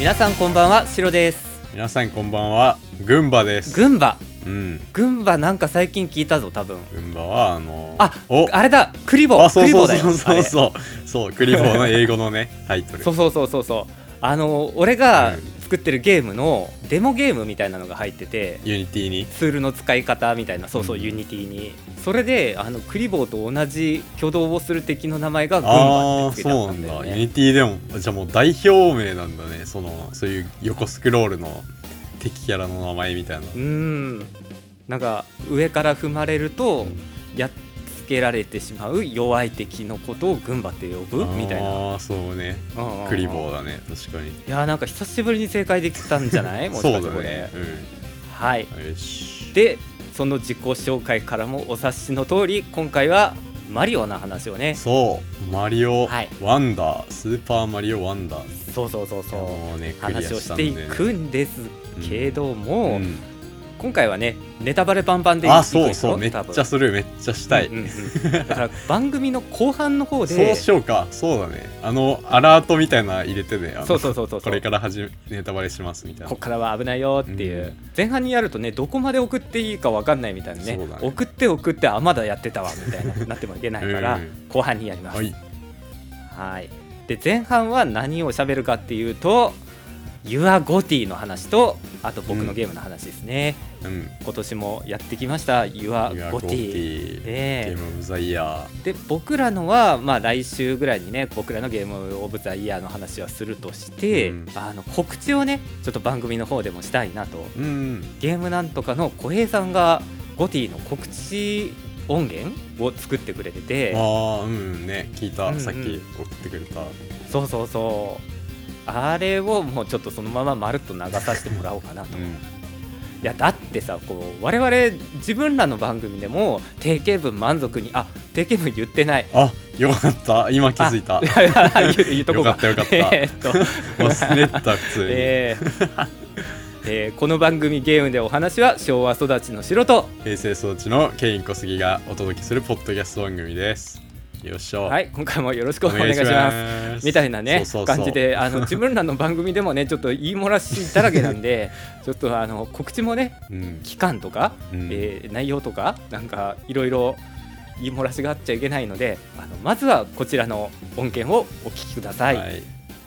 皆さんこんばんは、シロです。 皆さんこんばんは、グンバです。 グンバ、 グンバなんか最近聞いたぞ、多分。 ンバはあれだ、クリボー。 そうそうだよ。 そうクリボーの英語のねタイトル。 そう俺が作ってるゲームのデモゲームみたいなのが入ってて、 ユニティにツールの使い方みたいな、ユニティに。それでクリボーと同じ挙動をする敵の名前がグンバってつけてあったんだよね。 そうなんだ。ユニティでもじゃあもう代表名なんだね。そういう横スクロールの敵キャラの名前みたいな。 なんか上から踏まれるとやっつけられてしまう弱い敵のことをグンバって呼ぶみたいな。 そうね。クリボーだね、確かに。 いやなんか久しぶりに正解できたんじゃない？もしかしてこれ。そうだね。はい。よし。でその自己紹介からもお察しの通り、今回はマリオの話をね。 そうマリオワンダー、スーパーマリオワンダー。 そう、 ね、 話をしていくんですけども、今回はねネタバレバンバンでいくそうめっちゃする、めっちゃしたい。 だから番組の後半の方でそうしようか。そうだね、アラートみたいな入れてね。 そうこれからネタバレしますみたいな、 こっからは危ないよっていう、前半にやるとねどこまで送っていいか分かんないみたいなね。送ってまだやってたわみたいななってもいけないから後半にやります。はい。で前半は何を喋るかっていうとYour GOTY の話と、あと僕のゲームの話ですね。今年もやってきました Your GOTY、 ゲームオブザイヤーで、僕らのは来週ぐらいにね僕らのゲームオブザイヤーの話はするとして、告知をねちょっと番組の方でもしたいなと。ゲームなんとかの小平さんが GOTY の告知音源を作ってくれてて、 ね、聞いた、さっき送ってくれた。 そうあれをもうちょっとそのまままるっと流させてもらおうかなと。いやだってさ、我々自分らの番組でも定型文満足に定型文言ってない。 よかった、今気づいた。 言っとこうか。 よかった忘れた普通に。 この番組ゲームでお話は昭和育ちの白と平成育ちのケイン小杉がお届けするポッドキャスト番組です。よっしゃ。 はい、今回もよろしくお願いしますみたいなね感じで、自分らの番組でもねちょっと言い漏らしだらけなんでちょっと告知もね、期間とか、内容とかなんかいろいろ言い漏らしがあっちゃいけないので、まずはこちらの音源をお聞きください。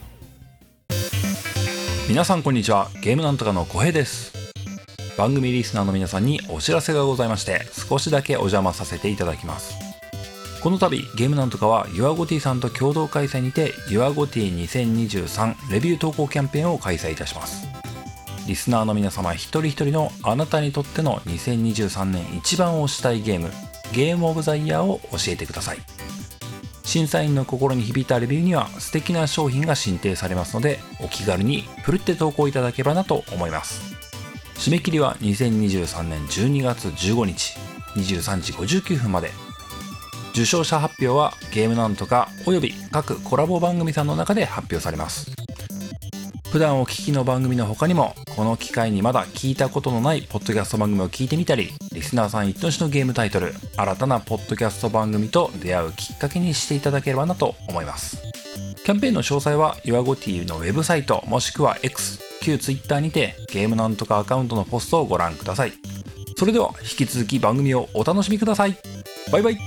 皆さんこんにちは、ゲームなんとかの小平です。番組リスナーの皆さんにお知らせがございまして、少しだけお邪魔させていただきます。この度ゲームなんとかは YourGOTY さんと共同開催にて YourGOTY2023 レビュー投稿キャンペーンを開催いたします。リスナーの皆様一人一人のあなたにとっての2023年一番推したいゲームオブザイヤーを教えてください。審査員の心に響いたレビューには素敵な商品が進呈されますので、お気軽にふるって投稿いただければなと思います。締め切りは2023年12月15日23時59分まで。受賞者発表はゲームなんとかおよび各コラボ番組さんの中で発表されます。普段お聞きの番組の他にも、この機会にまだ聞いたことのないポッドキャスト番組を聞いてみたり、リスナーさん一押しのゲームタイトル、新たなポッドキャスト番組と出会うきっかけにしていただければなと思います。キャンペーンの詳細は YourGOTY のウェブサイトもしくは X、旧 Twitter にてゲームなんとかアカウントのポストをご覧ください。それでは引き続き番組をお楽しみください。バイバイ。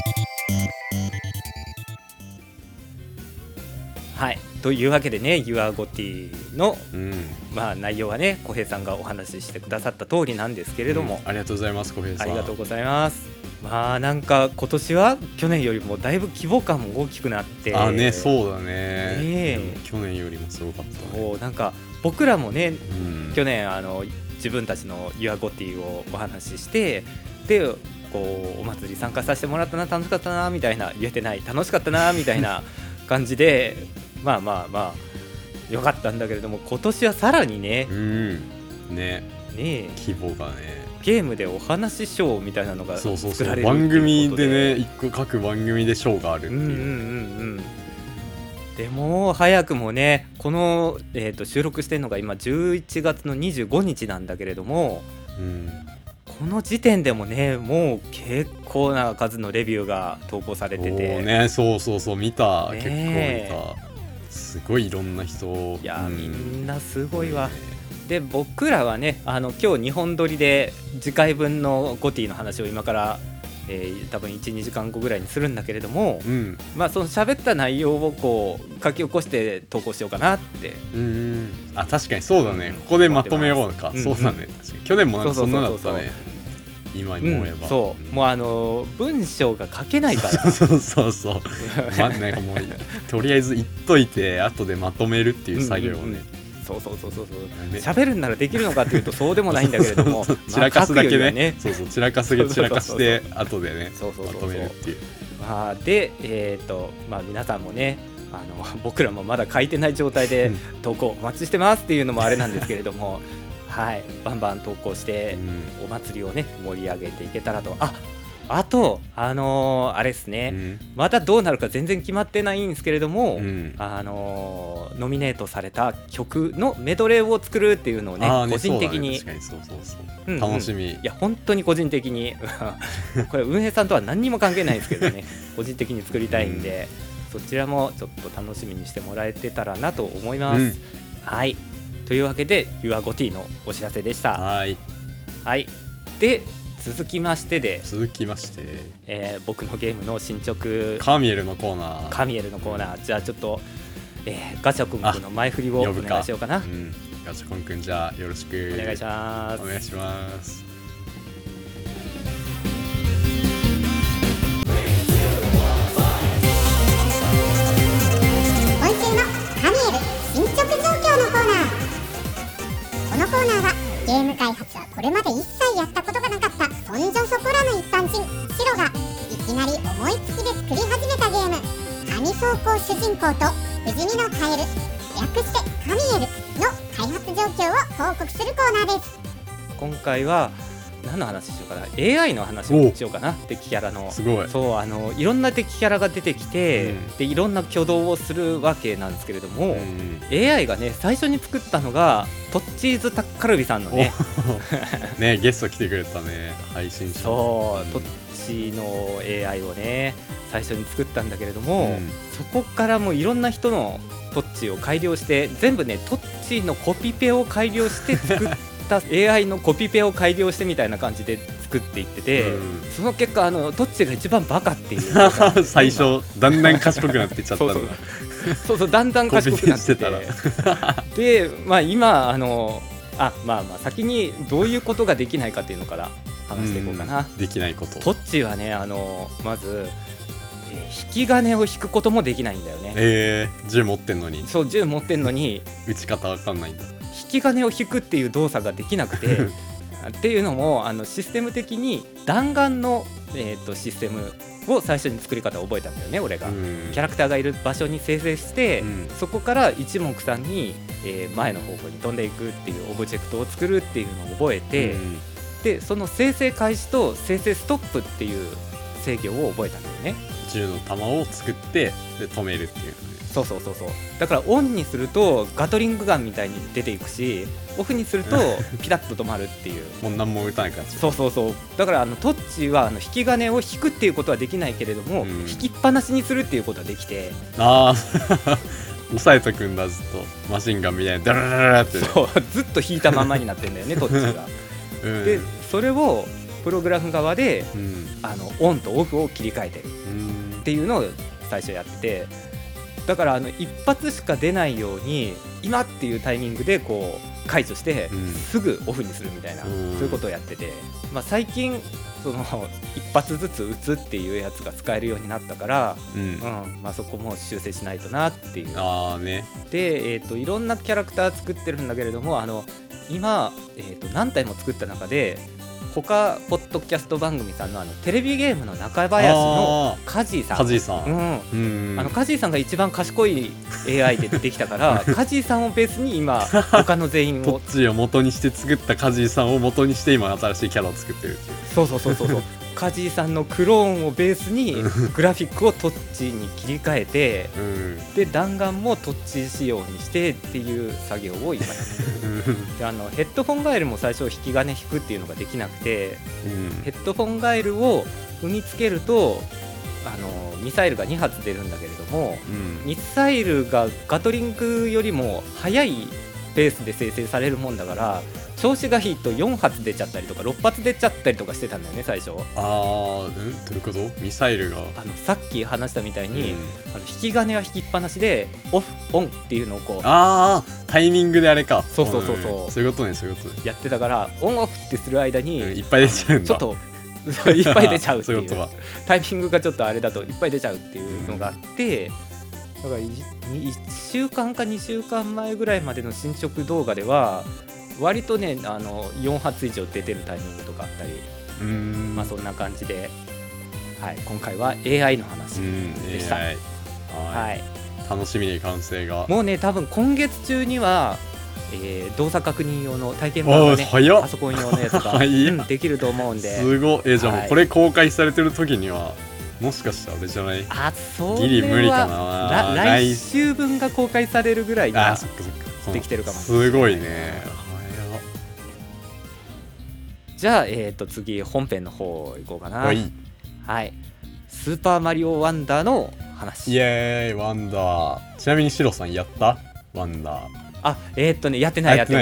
はい、というわけでね YourGOTY の、内容はね小平さんがお話ししてくださった通りなんですけれども、 ありがとうございます。小平さんありがとうございます。なんか今年は去年よりもだいぶ規模感も大きくなって、 そうだね、去年よりもすごかったね。 なんか僕らもね、去年自分たちの YourGOTY をお話しして、でお祭り参加させてもらったな、楽しかったなみたいな、言えてない楽しかったなみたいな感じでよかったんだけれども、今年はさらにね、 規模がね、 ゲームでお話ショーみたいなのが作られる番組でね、一個各番組でショーがあるっていう。 でも早くもねこの、収録してるのが今11月の25日なんだけれども、この時点でもねもう結構な数のレビューが投稿されてて、 そう見た、結構見た。 すごいいろんな人、 いや、みんなすごいわ。で僕らはね今日2本撮りで次回分のゴティの話を今から、多分 1,2 時間後ぐらいにするんだけれども、まあその喋った内容をこう書き起こして投稿しようかなって。 あ、確かにそうだね、ここでまとめようか、そうだね、確かに去年もなんかそんなだったね、今に思えば、 そうもう文章が書けないからそうなんかもうとりあえず言っといて後でまとめるっていう作業をね、そう喋るんならできるのかっていうとそうでもないんだけれども散らかすだけね、散らかして後でねまとめるっていう。 でまあ皆さんもね僕らもまだ書いてない状態で投稿お待ちしてますっていうのもあれなんですけれどもはい、バンバン投稿してお祭りをね盛り上げていけたらと。あとあれですね、まだどうなるか全然決まってないんですけれども、ノミネートされた曲のメドレーを作るっていうのをね個人的に、 楽しみ。 いや本当に個人的にこれ運営さんとは何にも関係ないんですけどね個人的に作りたいんで、そちらもちょっと楽しみにしてもらえてたらなと思います。はい、というわけで YourGoTee のお知らせでした。はい、で続きまして、僕のゲームの進捗、 カミエルのコーナー、じゃあちょっと、 ガチャコン君の前振りをお願いしようかな。 ガチャコン君、じゃあよろしくお願いします。 お願いします。 今週のカミエル進捗状況のコーナー。このコーナーはゲーム開発はこれまで一切やったことがなかったそんじょそこらの一般人シロがいきなり思いつきで作り始めたゲーム、紙装甲主人公と不死身のカエル、略してカミエルの開発状況を報告するコーナーです。 今回は何の話しようかな、 AI の話をしようかな。敵キャラのすごい、 そういろんな敵キャラが出てきて、でいろんな挙動をするわけなんですけれども、AI がね最初に作ったのがトッチーズタッカルビさんのねねゲスト来てくれたね、配信者。 トッチの AI をね最初に作ったんだけれども、そこからもういろんな人のトッチを改良して、全部ねトッチのコピペを改良して作ったAI のコピペを改良してみたいな感じで作っていってて、その結果トッチが一番バカっていう最初だんだん賢くなっていっちゃったんだそうだんだん賢くなっててで、まあ今先にどういうことができないかっていうのから話していこうかな。 できないこと、 トッチはねまず引き金を引くこともできないんだよね。 銃持ってんのに。 そう、銃持ってんのに打ち方わかんないんだ。 引き金を引くっていう動作ができなくてっていうのもシステム的に弾丸の、システムを最初に作り方を覚えたんだよね、俺が。キャラクターがいる場所に生成して、そこから一目散に、前の方向に飛んでいくっていうオブジェクトを作るっていうのを覚えて、でその生成開始と生成ストップっていう制御を覚えたんだよね。 銃の弾を作ってで止めるっていう。 そうだからオンにするとガトリングガンみたいに出ていくし、オフにするとピタッと止まるっていうもう何も打たない感じ。 そうだからトッチは引き金を引くっていうことはできないけれども、引きっぱなしにするっていうことはできて、 押さえとくんだ、ずっとマシンガンみたいなダラララって、 そうずっと引いたままになってんだよねトッチがでそれをプログラム側で、オンとオフを切り替えてるっていうのを最初やって、だから一発しか出ないように今っていうタイミングでこう解除して、すぐオフにするみたいな、そういうことをやってて、最近その一発ずつ打つっていうやつが使えるようになったから、そこも修正しないとなっていう。で、いろんなキャラクター作ってるんだけれども今、何体も作った中で他ポッドキャスト番組さんのテレビゲームの中林のカジーさん、カジーさんが一番賢い AI でできたからカジーさんをベースに今他の全員をトッチを元にして作ったカジーさんを元にして今新しいキャラを作ってるっていう。 そうカジーさんのクローンをベースにグラフィックをトッチに切り替えて、で弾丸もトッチ仕様にしてっていう作業を今やってるでヘッドフォンガエルも最初引き金引くっていうのができなくて、ヘッドフォンガエルを踏みつけるとミサイルが2発出るんだけれども、ミサイルがガトリングよりも速いペースで生成されるもんだから、調子がいいと4発出ちゃったりとか6発出ちゃったりとかしてたんだよね最初。 どういうこと？ミサイルがさっき話したみたいに、引き金は引きっぱなしでオフオンっていうのをこうタイミングであれか。 そうそういうことね。 やってたから、オンオフってする間に、 いっぱい出ちゃうんだ。 ちょっといっぱい出ちゃうっていうそういうことタイミングがちょっとあれだといっぱい出ちゃうっていうのがあって、だから1週間か2週間前ぐらいまでの進捗動画では割とね4発以上出てるタイミングとかあったり、そんな感じで、今回は AI の話でした。 楽しみに完成が。 もうね多分今月中には動作確認用の体験版がね、パソコン用のやつが、できると思うんで。 すごい。じゃあもうこれ公開されてる時にはもしかしたらあれじゃない？ギリ無理かな。 来週分が公開されるぐらいにはできてるかもしれない。 すごいね。 じゃあ次本編の方行こうかな。スーパーマリオワンダーの話。 イエーイワンダー。ちなみにシロさんやったワンダー？ やってない買って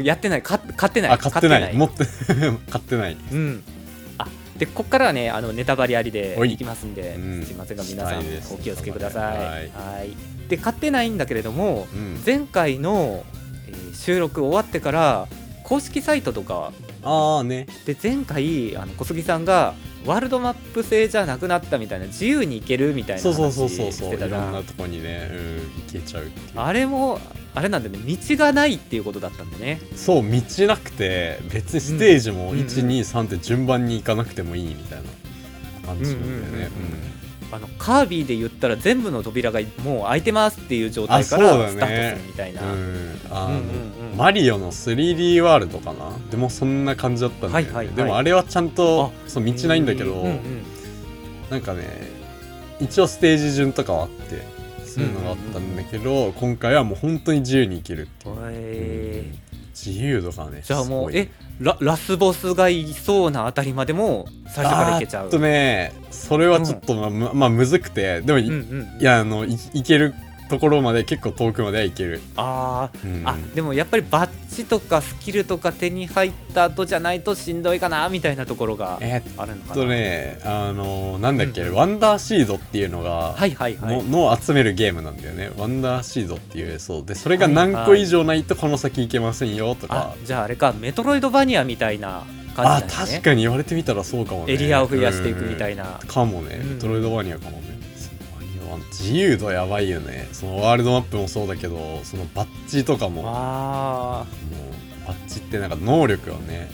ない持って買ってない。 でここからはねネタバレありでいきますんで、すいませんが皆さんお気をつけください。で買ってないんだけれども、前回の収録終わってから公式サイトとかで前回小杉さんがワールドマップ制じゃなくなったみたいな、自由に行けるみたいな話してたじゃん。 いろんなとこにね、行けちゃうっていう。 あれもあれなんだよね、道がないっていうことだったんだね。 そう、道なくて別にステージも 1,2,3 って順番に行かなくてもいいみたいな感じなんだよね。 カービィで言ったら全部の扉がもう開いてますっていう状態からスタートするみたいな。 マリオの 3D ワールドかな、でもそんな感じだったんだよね。でもあれはちゃんとそう道ないんだけど、なんかね一応ステージ順とかはあってそういうのがあったんだけど、今回はもう本当に自由に行けるっていう。自由度がね。 じゃあもうラスボスがいそうなあたりまでも最初から行けちゃう。 それはちょっとむずくて、でも行けるところまで結構遠くまでは行ける。でもやっぱりバッジとかスキルとか手に入った後じゃないとしんどいかなみたいなところがあるのかな。 なんだっけ、ワンダーシードっていうのがの集めるゲームなんだよね。ワンダーシードっていう。そうで、それが何個以上ないとこの先行けませんよとか。 じゃああれか、メトロイドバニアみたいな感じだね。 確かに言われてみたらそうかもね。 エリアを増やしていくみたいなかもね。メトロイドバニアかもね。自由度やばいよね。そのワールドマップもそうだけど、そのバッジとかも、バッジってなんか能力をね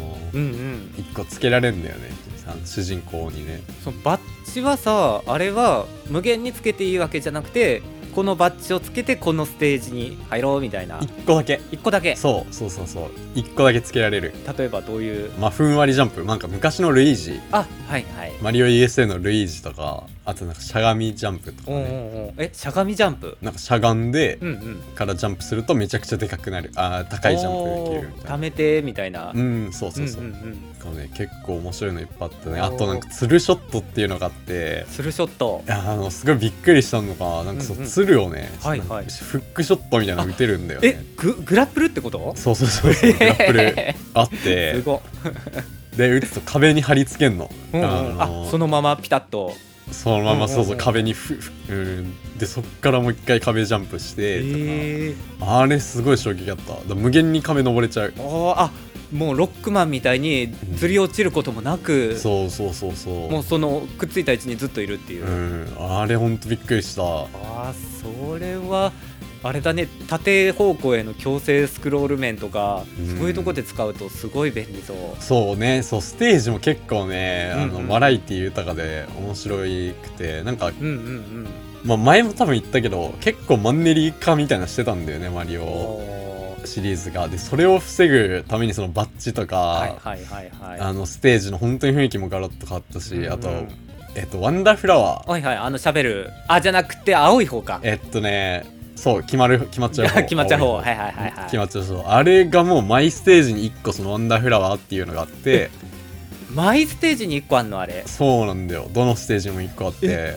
1個つけられるんだよね、主人公にね。 そのバッジはさ、あれは無限につけていいわけじゃなくて、このバッジをつけてこのステージに入ろうみたいな。 1個だけそう1個だけつけられる。 例えばどういう？ ふんわりジャンプ、なんか昔のルイージ、マリオ USA のルイージとか、あとなんかしゃがみジャンプとかね。 しゃがみジャンプ、 なんかしゃがんでからジャンプするとめちゃくちゃでかくなる。高いジャンプできるみたいな。 ためてみたいな。 そう結構面白いのいっぱいあったね。あとなんかツルショットっていうのがあって、 ツルショット、 すごいびっくりしたのが、なんかツルをね、フックショットみたいなの打てるんだよね。 グラップルってこと？ そうグラップルあってすごで打つと壁に貼り付けんの。 そのままピタッとそのまま壁にでそっからもう一回壁ジャンプしてとか、あれすごい衝撃だった。無限に壁登れちゃう。 もうロックマンみたいにずり落ちることもなく、 そうもうそのくっついた位置にずっといるっていう。 あれほんとびっくりした。 それはあれだね、縦方向への強制スクロール面とか、そういうとこで使うとすごい便利そう。 そうね、ステージも結構ね、バラエティ豊かで面白くて、なんか前も多分言ったけど、結構マンネリ化みたいなしてたんだよね、マリオシリーズが。でそれを防ぐためにそのバッジとかステージの本当に雰囲気もガラッと変わったし、あとワンダーフラワー、 しゃべるじゃなくて青い方か。 そう決まっちゃう方決まっちゃう方、 決まっちゃう方。あれがもうマイステージに1個そのワンダーフラワーっていうのがあって毎ステージに1個あんのあれ。 そうなんだよ、どのステージも1個あって、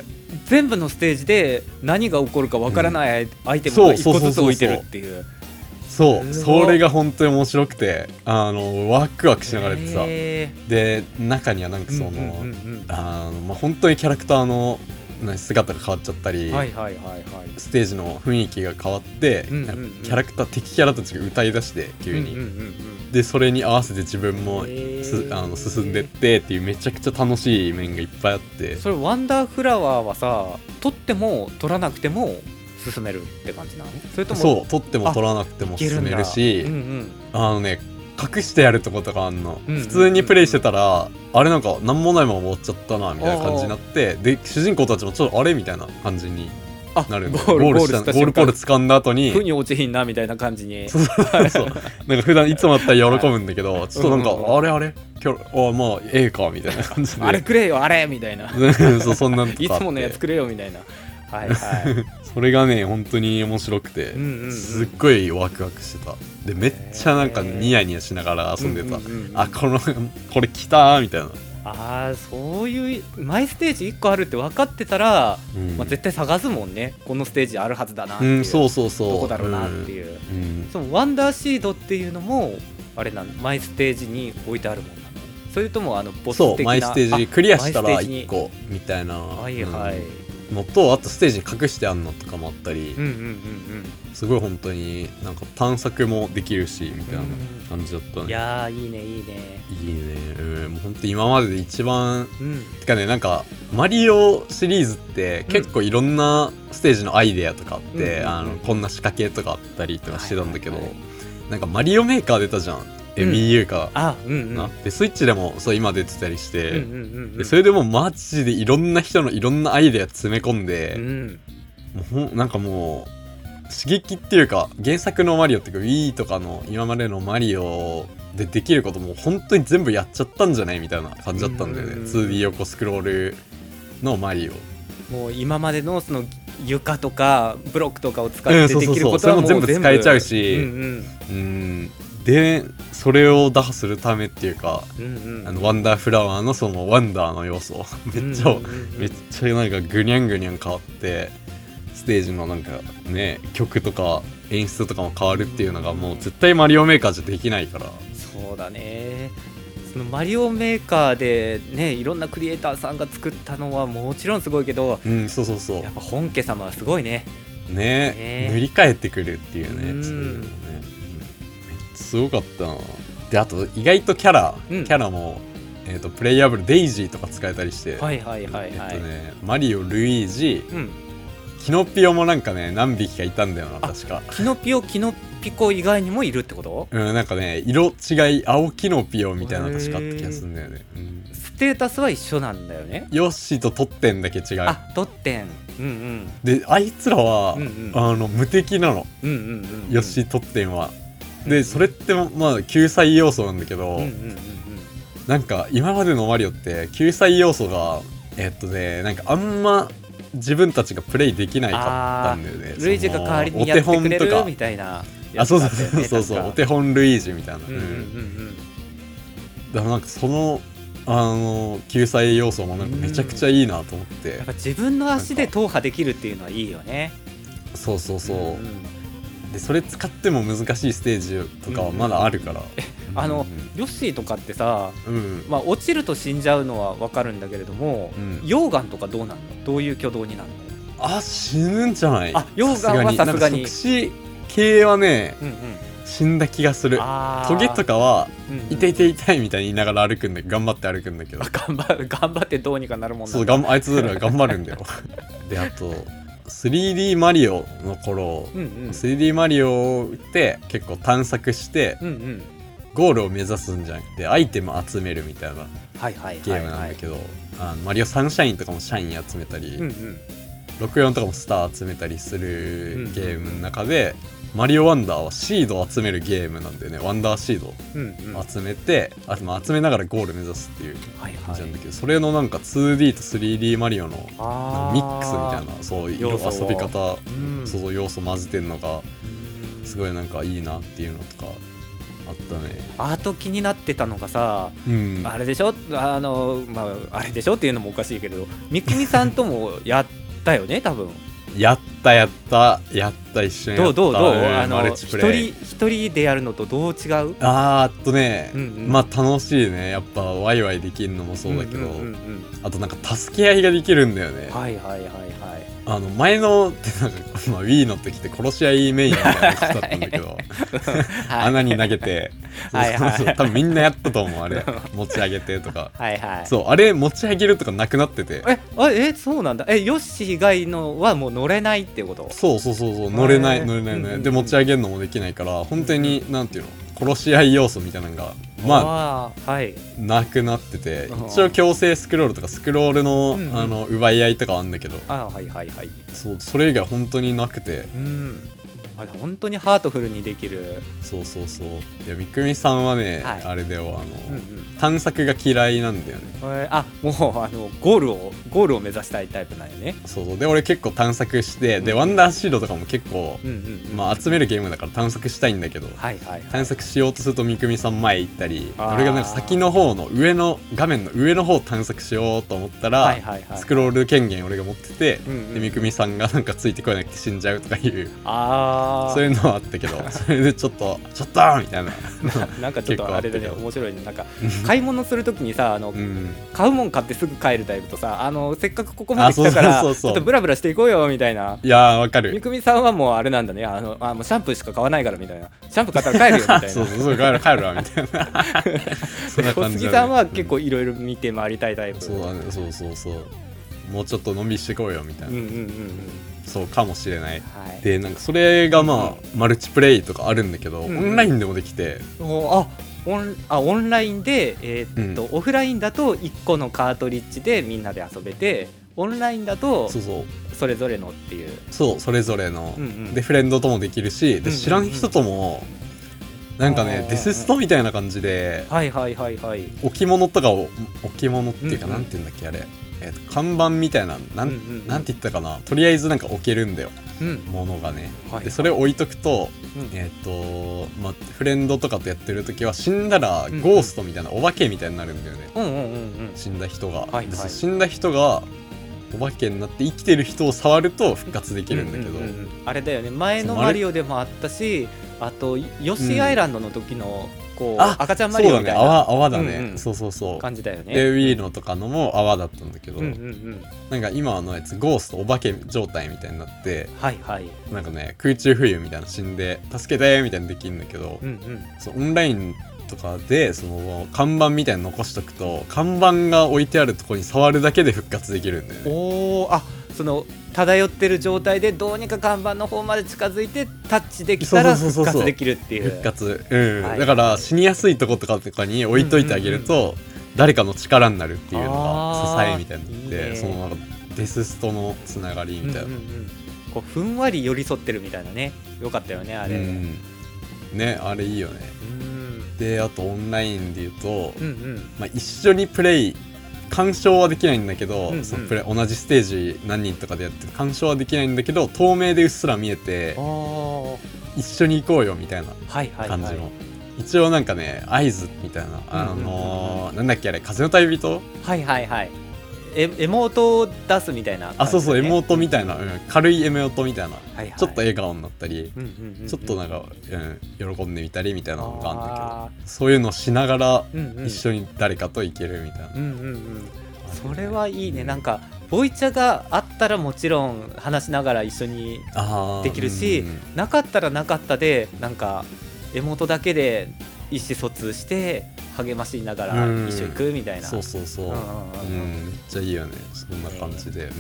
全部のステージで何が起こるかわからないアイテムが1個ずつ置いてるっていう。 そうそれが本当に面白くて、ワクワクしながらやってさ、で中にはなんかその、本当にキャラクターの姿が変わっちゃったり、ステージの雰囲気が変わって、キャラクター敵キャラたちが歌い出して急に、でそれに合わせて自分も進んでってっていうめちゃくちゃ楽しい面がいっぱいあって。 それワンダーフラワーはさ、取っても取らなくても進めるって感じなの？それともそう取っても取らなくても進めるし、隠してやるとことかあんの、普通にプレイしてたらあれなんか何もないまま終わっちゃったなみたいな感じになって、で主人公たちもちょっとあれみたいな感じになるんで、ゴールポール掴んだ後にふに落ちひんなみたいな感じにそうなんか普段いつもだったら喜ぶんだけど、ちょっとなんかあれまあええかみたいな感じであれくれよあれみたいなそうそんなんとかいつものやつくれよみたいなそれがね本当に面白くて、すっごいワクワクしてた。でめっちゃなんかニヤニヤしながら遊んでた、これ来たみたいな。 そういうマイステージ1個あるって分かってたら、絶対探すもんね、このステージあるはずだなっていう、どこだろうなっていう、そのワンダーシードっていうのもあれなの、マイステージに置いてあるもんなの？それともボス的な、 マイステージクリアしたら1個みたいなのと、あとステージに隠してあんのとかもあったり、すごい本当になんか探索もできるしみたいな感じだったね。 いやーいいねもう本当今までで一番、てかね、なんかマリオシリーズって結構いろんなステージのアイデアとかあって、こんな仕掛けとかあったりとかしてたんだけど、なんかマリオメーカー出たじゃん、Wii U か、でスイッチでもそう今出てたりして、でそれでもマジでいろんな人のいろんなアイデア詰め込んで、なんかもう刺激っていうか、原作のマリオっていうか Wii とかの今までのマリオでできることも本当に全部やっちゃったんじゃないみたいな感じだったんだよね、2D 横スクロールのマリオ。 もう今までのその床とかブロックとかを使ってできることはもう全部使えちゃうし、でそれを打破するためっていうか、ワンダーフラワーのそのワンダーの要素めっちゃなんかグニャングニャン変わって、ステージのなんかね曲とか演出とかも変わるっていうのがもう絶対マリオメーカーじゃできないから。 そうだね、そのマリオメーカーでねいろんなクリエイターさんが作ったのはもちろんすごいけど、 そうやっぱ本家様はすごいね。 塗り替えてくるっていうね、そういうのね、すごかったな。であと意外とキャラも、プレイヤブルデイジーとか使えたりして、マリオ、ルイージ、キノピオもなんかね何匹かいたんだよな確か。 キノピコ以外にもいるってこと？ なんかね色違い青キノピオみたいな確かあった気がするんだよね。 ステータスは一緒なんだよね。 ヨッシーとトッテンだけ違う。 トッテン、 であいつらは、無敵なの、ヨッシートッテンは。でそれってまあ救済要素なんだけど、なんか今までのマリオって救済要素がなんかあんま自分たちがプレイできないかったんだよね。 ルイージが代わりにやってくれるみたいなやつだったよね。 そうお手本ルイージみたいな。だからなんかその救済要素もなんかめちゃくちゃいいなと思って、 やっぱ自分の足で踏破できるっていうのはいいよね。 そう、でそれ使っても難しいステージとかはまだあるから、 ヨッシーとかってさ、落ちると死んじゃうのは分かるんだけれども、溶岩とかどうなの？どういう挙動になるの？ 死ぬんじゃない？ 溶岩はさすがに即死系はね、死んだ気がする。トゲとかは痛いみたいに言いながら歩くんで、頑張って歩くんだけど、 頑張ってどうにかなるもんなんだ。 そうあいつら頑張るんだよであと3D マリオの頃、3D マリオって結構探索して、ゴールを目指すんじゃなくてアイテム集めるみたいなゲームなんだけど、マリオサンシャインとかもシャイン集めたり、64とかもスター集めたりするゲームの中で、マリオワンダーはシードを集めるゲームなんだよね。ワンダーシードを集めて、集めながらゴール目指すっていう感じなんだけど、それのなんか 2D と 3D マリオのミックスみたいな、そういう遊び方、要素混ぜてんのがすごいなんかいいなっていうのとかあったね。 あと気になってたのがさ、あれでしょ、あれでしょっていうのもおかしいけど、みくみさんともやったよね多分。 やった一緒にやった。 どうマルチプレイ一人でやるのとどう違う？ まあ楽しいね。やっぱワイワイできるのもそうだけど、あとなんか助け合いができるんだよね。前のってなんか、Wii の時って殺し合いメインみたいなやつだったんだけど穴に投げて多分みんなやったと思う。あれ持ち上げてとかそうあれ持ち上げるとかなくなってて、 そうなんだ。ヨッシー以外のはもう乗れないってこと？ そう乗れないで持ち上げるのもできないから、本当になんていうの、殺し合い要素みたいなのがなくなってて、一応強制スクロールとかスクロールの、奪い合いとかあるんだけど、それ以外本当になくて、 本当にハートフルにできる。 そういやみくみさんはね、あれだよ、探索が嫌いなんだよね。 もうゴールを目指したいタイプなんよね。 で俺結構探索して、でワンダーシードとかも結構、集めるゲームだから探索したいんだけど、探索しようとするとみくみさん前行ったり、俺がなんか先の方の画面の上の方を探索しようと思ったら、スクロール権限俺が持ってて、でみくみさんがなんかついてこなくて死んじゃうとかいうそういうのはあったけど、それでちょっとみたいななんかちょっとあれでね、面白いね。なんか買い物するときにさ、買うもん買ってすぐ帰るタイプとさ、せっかくここまで来たからちょっとブラブラしていこうよみたいな。 いやわかる。 みくみさんはもうあれなんだね、もうシャンプーしか買わないからみたいな、シャンプー買ったら帰るよみたいなそう帰るわみたいなそんな感じ。 小杉さんは結構いろいろ見て回りたいタイプ。 そうだね。もうちょっとのんびりしてこうよみたいな、そうかもしれない、でなんかそれがマルチプレイとかあるんだけど、オンラインでもできて、 オンラインで、オフラインだと1個のカートリッジでみんなで遊べて、オンラインだとそれぞれのっていう、それぞれの、でフレンドともできるし、で知らん人ともなんかね、デスストみたいな感じで、置物とかを置物っていうか、なんていうんだっけあれ、看板みたいな、なんて言ったかな、とりあえずなんか置けるんだよ、ものがね。でそれを置いとくと、フレンドとかとやってる時は死んだらゴーストみたいな、お化けみたいになるんだよね、死んだ人が。死んだ人がお化けになって生きてる人を触ると復活できるんだけど、 あれだよね、前のマリオでもあったし、あとヨッシーアイランドの時のこう赤ちゃんマリオみたいな泡だね、そう感じだよね。 で Wii のとかのも泡だったんだけど、なんか今のやつゴーストお化け状態みたいになって、なんかね空中浮遊みたいな、死んで助けてみたいにできるんだけど、オンラインとかでその看板みたいに残しとくと、看板が置いてあるところに触るだけで復活できるんだよね。 その漂ってる状態でどうにか看板の方まで近づいてタッチできたら復活できるっていう。 復活、だから死にやすいとことかに置いといてあげると、誰かの力になるっていうのが支えみたいになって、そのデスストのつながりみたいな、 こうふんわり寄り添ってるみたいなね。よかったよねあれ、 ね、あれいいよね。であとオンラインで言うと、一緒にプレイ鑑賞はできないんだけど、同じステージ何人とかでやってる鑑賞はできないんだけど、透明でうっすら見えて一緒に行こうよみたいな感じの、一応なんかね合図みたいな、なんだっけあれ、風の旅人、 エモートを出すみたいな、 エモートみたいな、軽いエモートみたいな、ちょっと笑顔になったり、ちょっとなんか、喜んでみたりみたいなのがあるんだけど、そういうのしながら一緒に誰かと行けるみたいな、 それはいいね。なんかボイチャがあったらもちろん話しながら一緒にできるし、なかったらなかったでなんかエモートだけで意思疎通して励ましながら一緒に行くみたいな。 そうめっちゃいいよね、そんな感じで。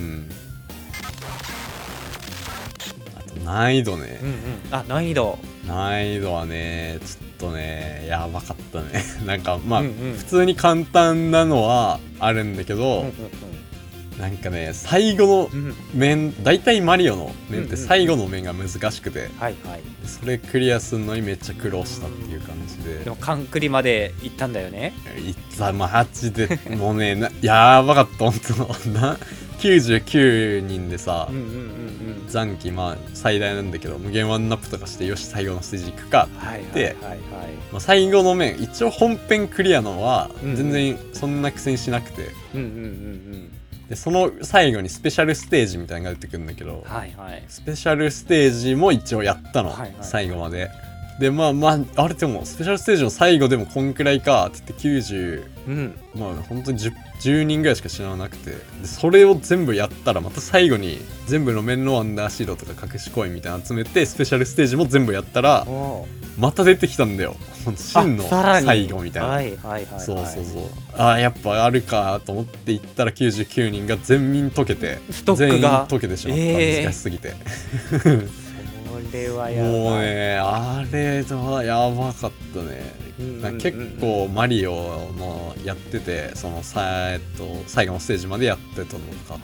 あと難易度ね、 難易度はねちょっとねやばかったねなんか普通に簡単なのはあるんだけど、なんかね最後の面、大体マリオの面って最後の面が難しくて、それクリアするのにめっちゃ苦労したっていう感じで。 でもカンクリまで行ったんだよね。 行った、マジでもうねやばかった本当 99人でさ、残機まあ最大なんだけどゲームワンナップとかしてよし最後のステージ行くかって最後の面一応本編クリアのは全然そんな苦戦しなくて、でその最後にスペシャルステージみたいなのが出てくるんだけど、スペシャルステージも一応やったの、最後まで。でまああれでもスペシャルステージの最後でもこんくらいかって言って90、まあ本当に 10人ぐらいしか知らなくて、でそれを全部やったらまた最後に全部の面のワンダーシードとか隠しコインみたいなの集めてスペシャルステージも全部やったらまた出てきたんだよ、真の最後みたいな。そうやっぱあるかと思って行ったら99人が全員解けて全員解けてしまった、難しすぎてこれはやばい。 もうねあれはやばかったね。結構マリオのやっててその最後のステージまでやってたのか、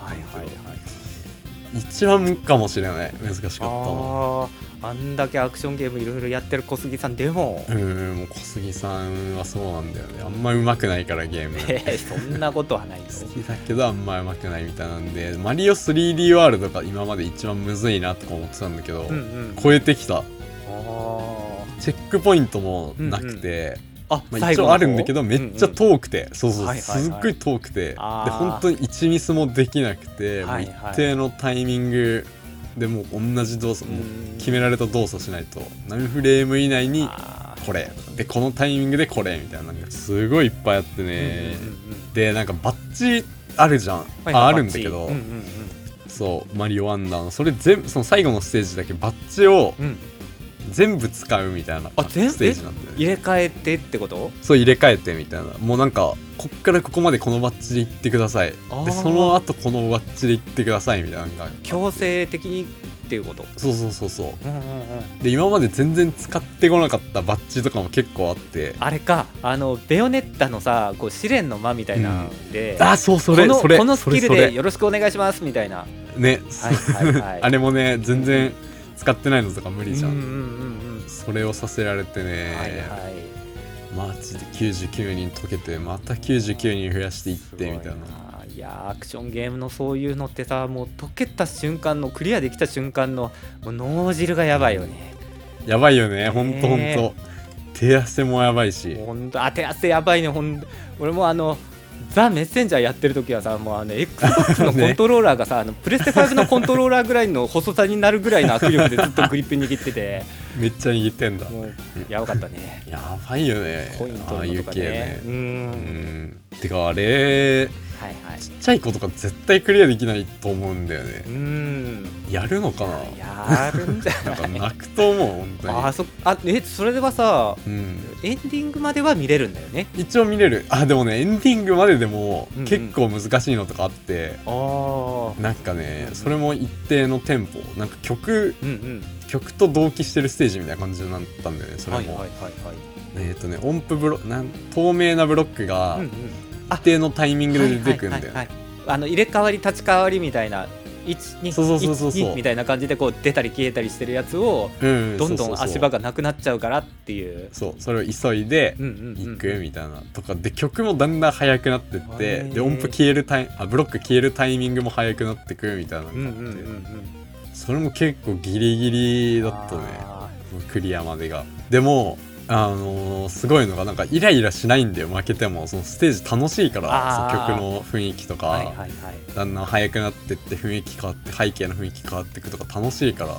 一番かもしれない難しかったの。 あんだけアクションゲームいろいろやってる小杉さんでももう小杉さんはそうなんだよね。あんま上手くないからゲームそんなことはないよ。 好きだけどあんま上手くないみたいなんで、マリオ 3D ワールドが今まで一番むずいなとか思ってたんだけど、超えてきた。チェックポイントもなくて、一応あるんだけどめっちゃ遠くて、すっごい遠くて、で本当に1ミスもできなくて、もう一定のタイミングでもう同じ動作、もう決められた動作しないと何フレーム以内にこれでこのタイミングでこれみたいな、なんかすごいいっぱいあってね、でなんかバッジあるじゃん、あるんだけど、そうマリオワンダーのそれ全部その最後のステージだけバッジを全部使うみたいなステージなんだよね。 入れ替えてってこと？ そう入れ替えてみたいな、もうなんかこっからここまでこのバッジで行ってください、でその後このバッジで行ってくださいみたいなのが強制的にっていうこと？ そうで今まで全然使ってこなかったバッジとかも結構あって、 あれかベヨネッタのさこう試練の間みたいなで、 そうそれこのスキルでよろしくお願いしますみたいなね、あれもね全然使ってないのとか無理じゃん、それをさせられてね、マジで99人解けてまた99人増やしていってみたいな。 いやアクションゲームのそういうのってさ、もう解けた瞬間のクリアできた瞬間のもう脳汁がやばいよね。 やばいよね、ほんと手汗もやばいし、 ほんと手汗やばいね。俺もザ・メッセンジャーやってる時はさ、もうXbox のコントローラーがさ、プレステ5のコントローラーぐらいの細さになるぐらいの握力でずっとグリップ握っててめっちゃ握ってんだ。 もうやばかったね。 やばいよね、 ポイントのとかね。 てかあれちっちゃい子とか絶対クリアできないと思うんだよね。やるのかな。 やるんじゃないなんか泣くと思う本当に。 それではさ、エンディングまでは見れるんだよね。 一応見れる。でもねエンディングまででも結構難しいのとかあって、なんかねそれも一定のテンポ、なんか曲と同期してるステージみたいな感じになったんだよね。それも音符透明なブロックが一定のタイミングで出てくるんだよね。 入れ替わり立ち替わりみたいな1、2、1、2みたいな感じでこう出たり消えたりしてるやつをどんどん足場がなくなっちゃうからっていう、 それを急いで行くみたいなとかで、曲もだんだん速くなってってで音符消えるブロック消えるタイミングも速くなってくみたいなのがあって、それも結構ギリギリだったねクリアまでが。でもすごいのがなんかイライラしないんだよ負けても。そのステージ楽しいから、曲の雰囲気とかだんだん速くなってって雰囲気変わって背景の雰囲気変わっていくとか楽しいから、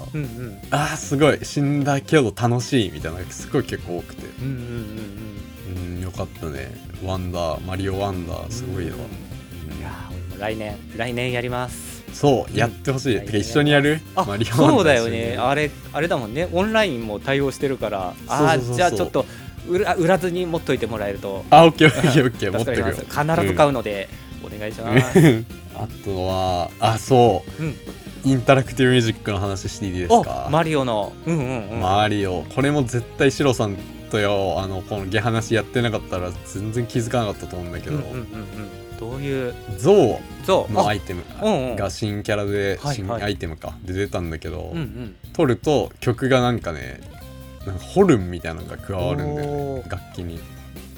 すごい死んだけど楽しいみたいなのがすごい結構多くて、よかったね。マリオワンダーすごいわ。 いや俺も来年やります。 そうやってほしい。一緒にやる？マリオワンダー。 そうだよね。あれだもんね。オンラインも対応してるから。じゃあちょっと売らずに持っといてもらえると。 オッケー持ってくよ。 必ず買うのでお願いします。 あとはインタラクティブミュージックの話していいですか？ マリオのマリオ、これも絶対シロさんとこのゲ話やってなかったら全然気づかなかったと思うんだけど、 どういうゾウのアイテムが新キャラで新アイテムで出たんだけど、取ると曲がなんかね、なんかホルンみたいなのが加わるんだよね、楽器に。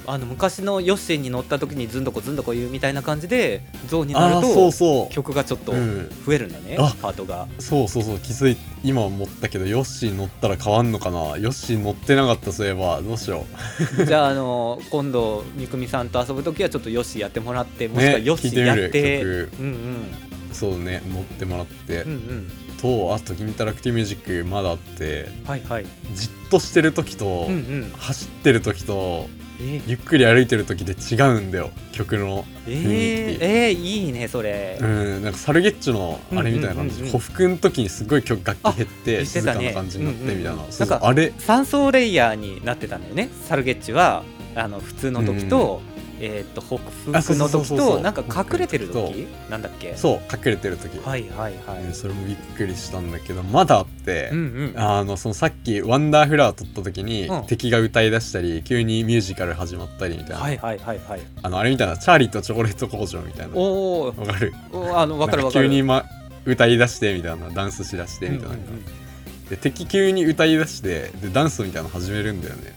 昔のヨッシーに乗った時にずんどこずんどこ言うみたいな感じでゾウになると曲がちょっと増えるんだね、パートが。 そう今思ったけどヨッシー乗ったら変わんのかな。ヨッシー乗ってなかった。そういえばどうしようじゃあ今度みくみさんと遊ぶ時はちょっとヨッシーやってもらって、もしくはヨッシーやって、 そうね、乗ってもらって、とあとインタラクティブミュージックまだあって、じっとしてる時と、走ってる時と、ゆっくり歩いてる時で違うんだよ、曲の雰囲気。いいねそれ。 なんかサルゲッチュのあれみたいな感じで、ほふくん時にすごい楽器減って静かな感じになってみたいな。 なんかあれ3層レイヤーになってたんだよね。サルゲッチュは普通の時と、北福の時と、なんか隠れてる時なんだっけ。 そう隠れてる時、それもびっくりしたんだけど、まだあって、そのさっきワンダーフラワー撮った時に、敵が歌い出したり急にミュージカル始まったりみたいな、あれみたいなチャーリーとチョコレート工場みたいな。わかる？ わかる。 急に歌い出してみたいな、ダンスしだしてみたいな、で敵急に歌い出してでダンスみたいなの始めるんだよね。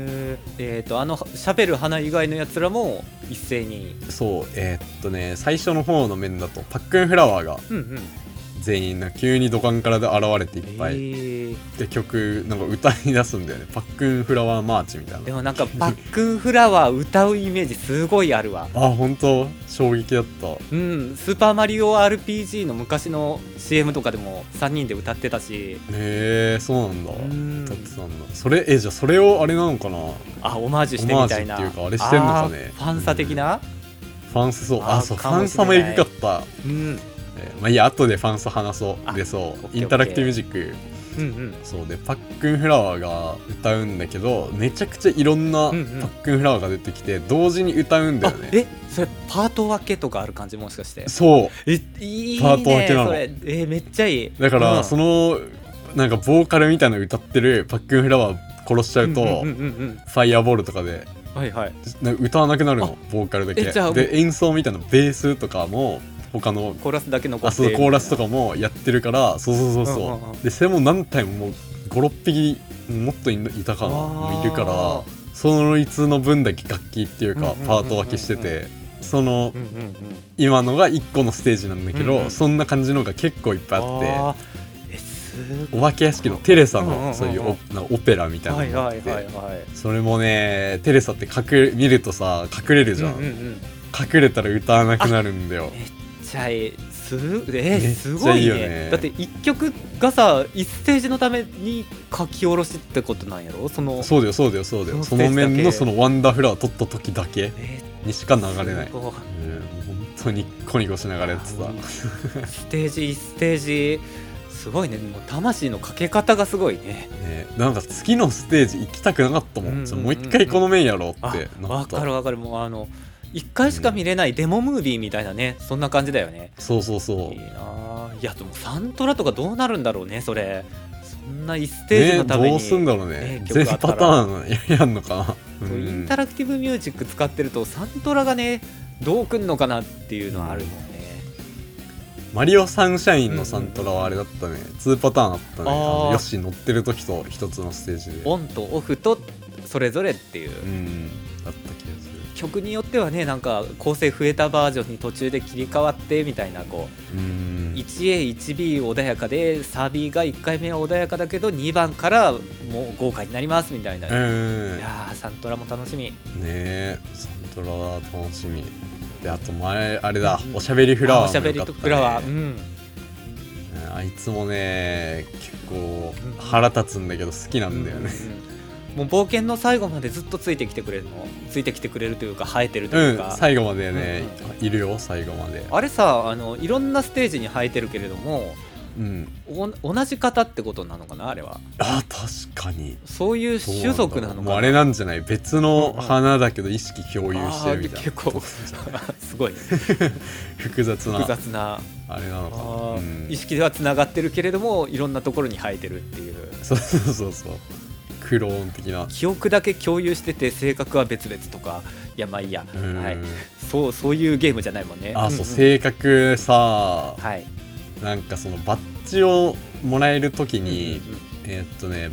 喋る花以外のやつらも一斉に。 そう最初の方の面だとパックンフラワーが全員急に土管からで現れていっぱい、で曲なんか歌い出すんだよね。パックンフラワーマーチみたいな。 でもなんかパックンフラワー歌うイメージすごいあるわ。 本当衝撃だった。 スーパーマリオ RPG の昔の CM とかでも3人で歌ってたし。 そうなんだ。歌ってたんだ。それじゃあそれをあれなのかな。 オマージュしてみたいな。 オマージュっていうかあれしてんのかね。 ファンサ的な。 ファンサそう。そうファンサもエグかった。まあいいや、後でファンサ話そう。でインタラクティブミュージック、そうでパックンフラワーが歌うんだけど、めちゃくちゃいろんなパックンフラワーが出てきて同時に歌うんだよね。 それパート分けとかある感じ、もしかして。 そういいね、 パート分けなの。 それめっちゃいい。 だから、そのなんかボーカルみたいなの歌ってるパックンフラワー殺しちゃうと、ファイアボールとかで歌わなくなるの、ボーカルだけで。演奏みたいなベースとかも他のコーラスだけ残って、 コーラスとかもやってるから、そうでそれも何体ももう 5,6 匹もっといたかな、いるから、そいつの分だけ楽器っていうかパート分けしてて、その今のが1個のステージなんだけど、そんな感じのが結構いっぱいあって、お化け屋敷のテレサのそういうオペラみたいなのがあって、それもね、テレサって見るとさ隠れるじゃん、隠れたら歌わなくなるんだよ。 すごいね。だって1曲がさ、1ステージのために書き下ろしってことなんやろ。そうだよその面のそのワンダーフラワー撮った時だけにしか流れない。本当にニッコニコしながらやってた。 ステージ1ステージすごいね。もう魂のかけ方がすごいね。 なんか次のステージ行きたくなかったもん。もう一回この面やろうってなった。 わかる。もう1回しか見れないデモムービーみたいなね、そんな感じだよね。 そういいな。いやでもサントラとかどうなるんだろうね、それ。そんな1ステージのために、 どうすんだろうね。全パターンやんのかな。 インタラクティブミュージック使ってるとサントラがねどうくんのかなっていうのはあるもんね。 マリオサンシャインのサントラはあれだったね、2パターンあったね。ヨッシー乗ってる時と一つのステージでオンとオフとそれぞれっていう、 だった気がする。 曲によってはね、なんか構成増えたバージョンに途中で切り替わってみたいな、1A1B 穏やかでサビが1回目は穏やかだけど2番からもう豪華になりますみたいな。いやサントラも楽しみね。 サントラは楽しみで、あと前あれだ、おしゃべりフラワーもよかったね。フラワー、あいつもね結構腹立つんだけど好きなんだよね。 もう冒険の最後までずっとついてきてくれるというか生えてるというか、 最後までね、いるよ最後まで。 あれさ、いろんなステージに生えてるけれども、同じ方ってことなのかな、あれは。 確かにそういう種族なのかな。 もうあれなんじゃない、別の花だけど意識共有してるみたいな。 結構すごい複雑なあれなのかな。 意識ではつながってるけれどもいろんなところに生えてるっていう。 そうクローン的な。 記憶だけ共有してて性格は別々とか、いやまあいいや、そういうゲームじゃないもんね。 そう性格さ、なんかそのバッジをもらえるときに、バッ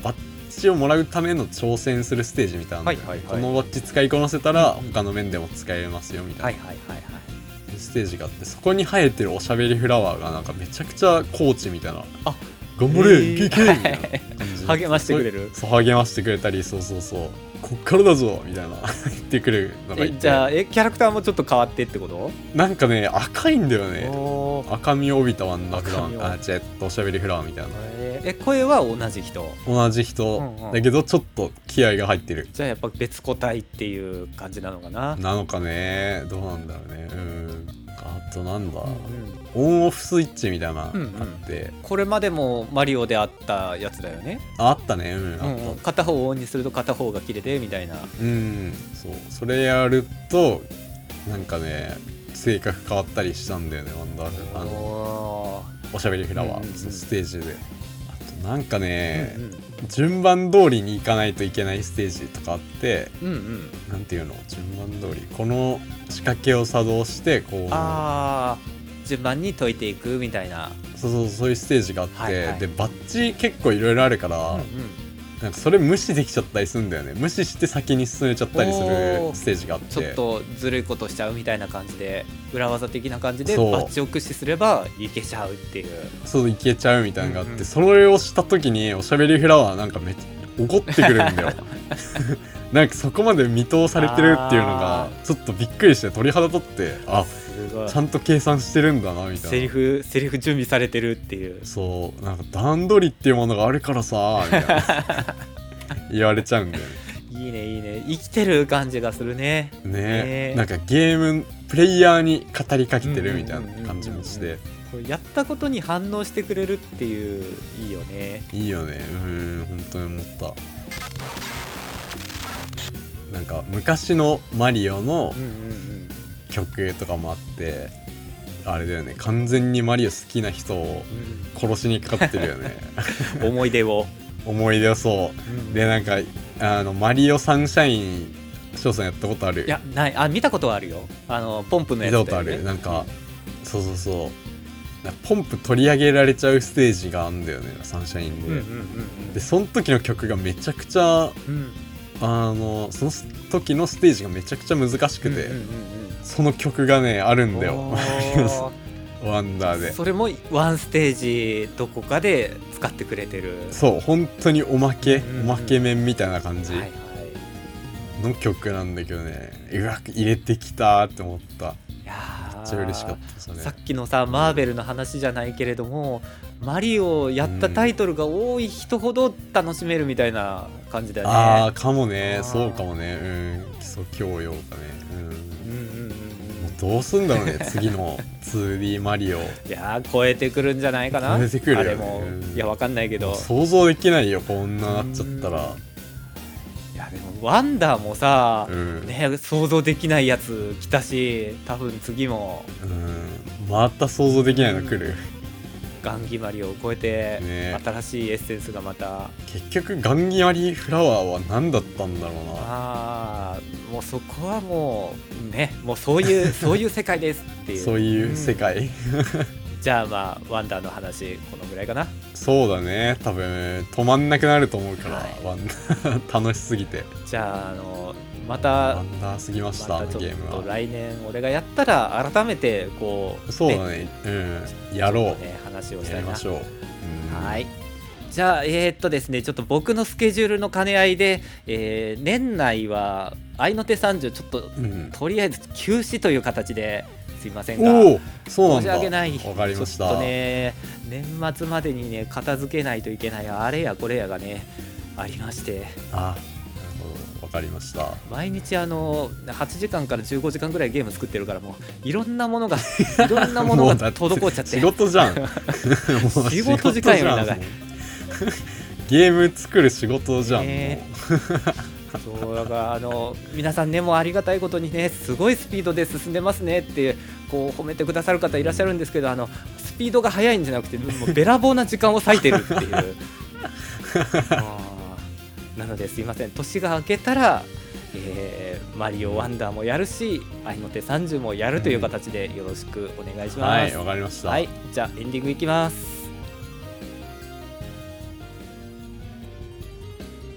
ジをもらうための挑戦するステージみたいな、このバッジ使いこなせたら他の面でも使えますよみたいなステージがあって、そこに生えてるおしゃべりフラワーがなんかめちゃくちゃコーチみたいな、頑張れいけいけみたいな感じ励ましてくれる。 そう励ましてくれたり、そうこっからだぞみたいな言ってくるのがいて、 じゃあキャラクターもちょっと変わってってこと？ なんかね赤いんだよね。赤みを帯びたワンダーフラワー、おしゃべりフラワーみたいな。 声は同じ人だけどちょっと気合が入ってる。 じゃあやっぱ別個体っていう感じなのかな。 なのかね、どうなんだろうね。あとなんだ、オンオフスイッチみたいなあって、 これまでもマリオであったやつだよね。 あったね。 片方をオンにすると片方が切れてみたいな。 それやるとなんかね性格変わったりしたんだよね、ワンダーおしゃべりフラワー、ステージで。あとなんかね、順番通りに行かないといけないステージとかあって、なんていうの、順番通りこの仕掛けを作動してこう順番に解いていくみたいな。 そういうステージがあって、でバッジ結構いろいろあるから、なんかそれ無視できちゃったりするんだよね。無視して先に進めちゃったりするステージがあって、 ちょっとずるいことしちゃうみたいな感じで、裏技的な感じでバッジを駆使すればいけちゃうっていう。 いけちゃうみたいなのがあって、それをした時におしゃべりフラワーなんかめっちゃ怒ってくるんだよなんかそこまで見通されてるっていうのがちょっとびっくりして鳥肌立って、ちゃんと計算してるんだなみたいな。 セリフ準備されてるっていう。 なんか段取りっていうものがあるからさみたいな言われちゃうんだよね。 いいね生きてる感じがするね。 なんかゲームプレイヤーに語りかけてるみたいな感じもして、 やったことに反応してくれるっていう、いいよね。 本当に思った。なんか昔のマリオの曲とかもあって、あれだよね、完全にマリオ好きな人を殺しにかかってるよね思い出をで、なんかマリオサンシャイン、翔さんやったことある？ いや、ない。見たことはあるよ。ポンプのやつだよね。 見たことある。なんかポンプ取り上げられちゃうステージがあるんだよね、サンシャインで。でその時の曲がめちゃくちゃ、その時のステージがめちゃくちゃ難しくて、その曲がねあるんだよワンダーで。 それもワンステージどこかで使ってくれてる。 本当におまけ面みたいな感じの曲なんだけどね、入れてきたって思った。めっちゃ嬉しかったですね。 さっきのさ、マーベルの話じゃないけれども、マリオやったタイトルが多い人ほど楽しめるみたいな感じだよね。 かもね。そうかもね。基礎教養かね。どうすんだろうね次の 2D マリオ。 いや超えてくるんじゃないかな。 超えてくるよね。 あれもいやわかんないけど、 想像できないよ、こんななっちゃったら。 いやでもワンダーもさ、想像できないやつ来たし、多分次もまた想像できないの来る。 ガンギマリを超えて、新しいエッセンスがまた。 結局ガンギマリフラワーは何だったんだろうな。 もうそこはもうね、もうそういう世界ですっていう。 そういう世界じゃあワンダーの話このぐらいかな。 そうだね、多分止まんなくなると思うから、ワンダー楽しすぎて。 じゃあまたワンダーすぎました、ゲームは。 来年俺がやったら改めてこう、 そうだね、やろう、 話をしたいな。 やりましょう。 はい。じゃあですね、ちょっと僕のスケジュールの兼ね合いで、年内は合いの手30ちょっと、とりあえず休止という形ですいませんが、 そうなんだ、 申し訳ない。 わかりました。 ちょっとね、年末までにね片付けないといけないあれやこれやがねありまして。 わかりました。 毎日8時間から15時間ぐらいゲーム作ってるから、もういろんなものが滞っちゃって仕事じゃん仕事時間より長いゲーム作る仕事じゃん、 そうだから皆さんね、もうありがたいことにね、すごいスピードで進んでますねってこう褒めてくださる方いらっしゃるんですけど、スピードが速いんじゃなくて、もうべらぼうな時間を割いてるっていうなのですいません、年が明けたら、マリオワンダーもやるし、合いの手30もやるという形でよろしくお願いします。 はい、わかりました。 はい、じゃあエンディングいきます。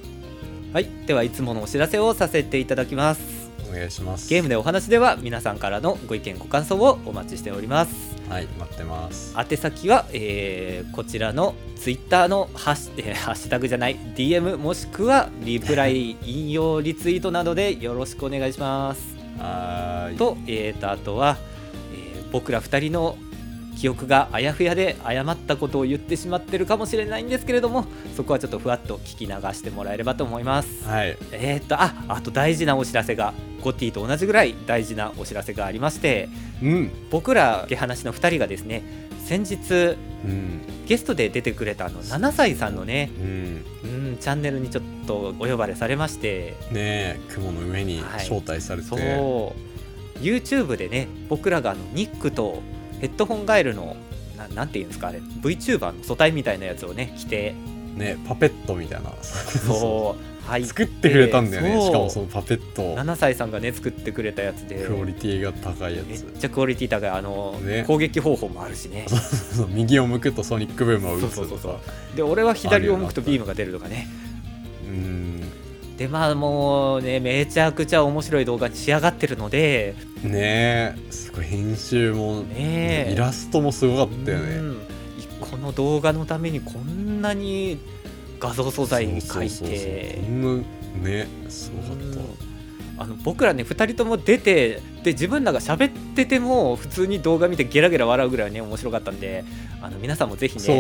はい、ではいつものお知らせをさせていただきます。 お願いします。 ゲームでお話では皆さんからのご意見ご感想をお待ちしております。 はい、待ってます。 宛先は、こちらのツイッターのハッシュタグじゃない DM もしくはリプライ引用リツイートなどでよろしくお願いします。と、あとは、僕ら2人の記憶があやふやで誤ったことを言ってしまってるかもしれないんですけれども、そこはちょっとふわっと聞き流してもらえればと思います。 はい。 あと大事なお知らせが、ゴティと同じぐらい大事なお知らせがありまして、僕らゲハナシの2人がですね、先日、ゲストで出てくれた7歳さんのね、チャンネルにちょっとお呼ばれされましてね、雲の上に招待されて、 そう YouTube でね、僕らがニックとヘッドホンガエルのなんていうんですか、あれ VTuber の素体みたいなやつをね着てね、パペットみたいなそう作ってくれたんだよね。しかもそのパペット 7歳さんがね作ってくれたやつで、 クオリティが高いやつ、 めっちゃクオリティ高い、ね、攻撃方法もあるしねそう右を向くとソニックブームを打つとか、 で俺は左を向くとビームが出るとかね。でまあもうね、めちゃくちゃ面白い動画に仕上がってるのでね、すごい編集も、ね、イラストもすごかったよね。 この動画のためにこんなに画像素材に書いて、 ね、すごかった。 僕らね2人とも出て、で自分らが喋ってても普通に動画見てゲラゲラ笑うぐらいね面白かったんで、皆さんもぜひね、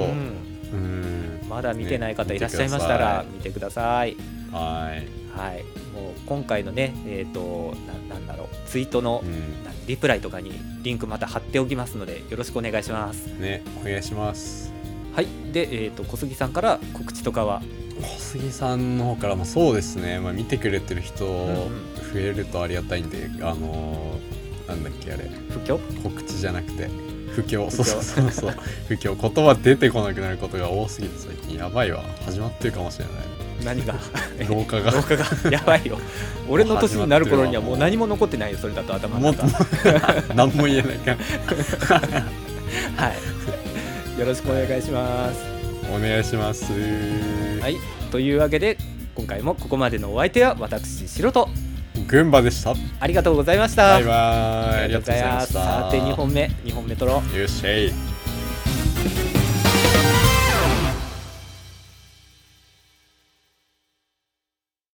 まだ見てない方いらっしゃいましたら見てください。はい、もう今回のね、なんだろう、ツイートのリプライとかにリンクまた貼っておきますのでよろしくお願いします。 ね、お願いします。 はい、で、小杉さんから告知とかは？ 小杉さんの方からもそうですね、見てくれてる人増えるとありがたいんで、なんだっけあれ、 不況？ 告知じゃなくて不況、そう不況、言葉出てこなくなることが多すぎて最近やばいわ。始まってるかもしれない。 何が老化がやばいよ。俺の年になる頃にはもう何も残ってないよ、それだと頭の中何も言えないかはい、よろしくお願いします。 お願いします。 はい、というわけで今回もここまでのお相手は私シロとグンバでした。 ありがとうございました。 バイバイ。ありがとうございました。 さて2本目取ろう。 よっしゃい。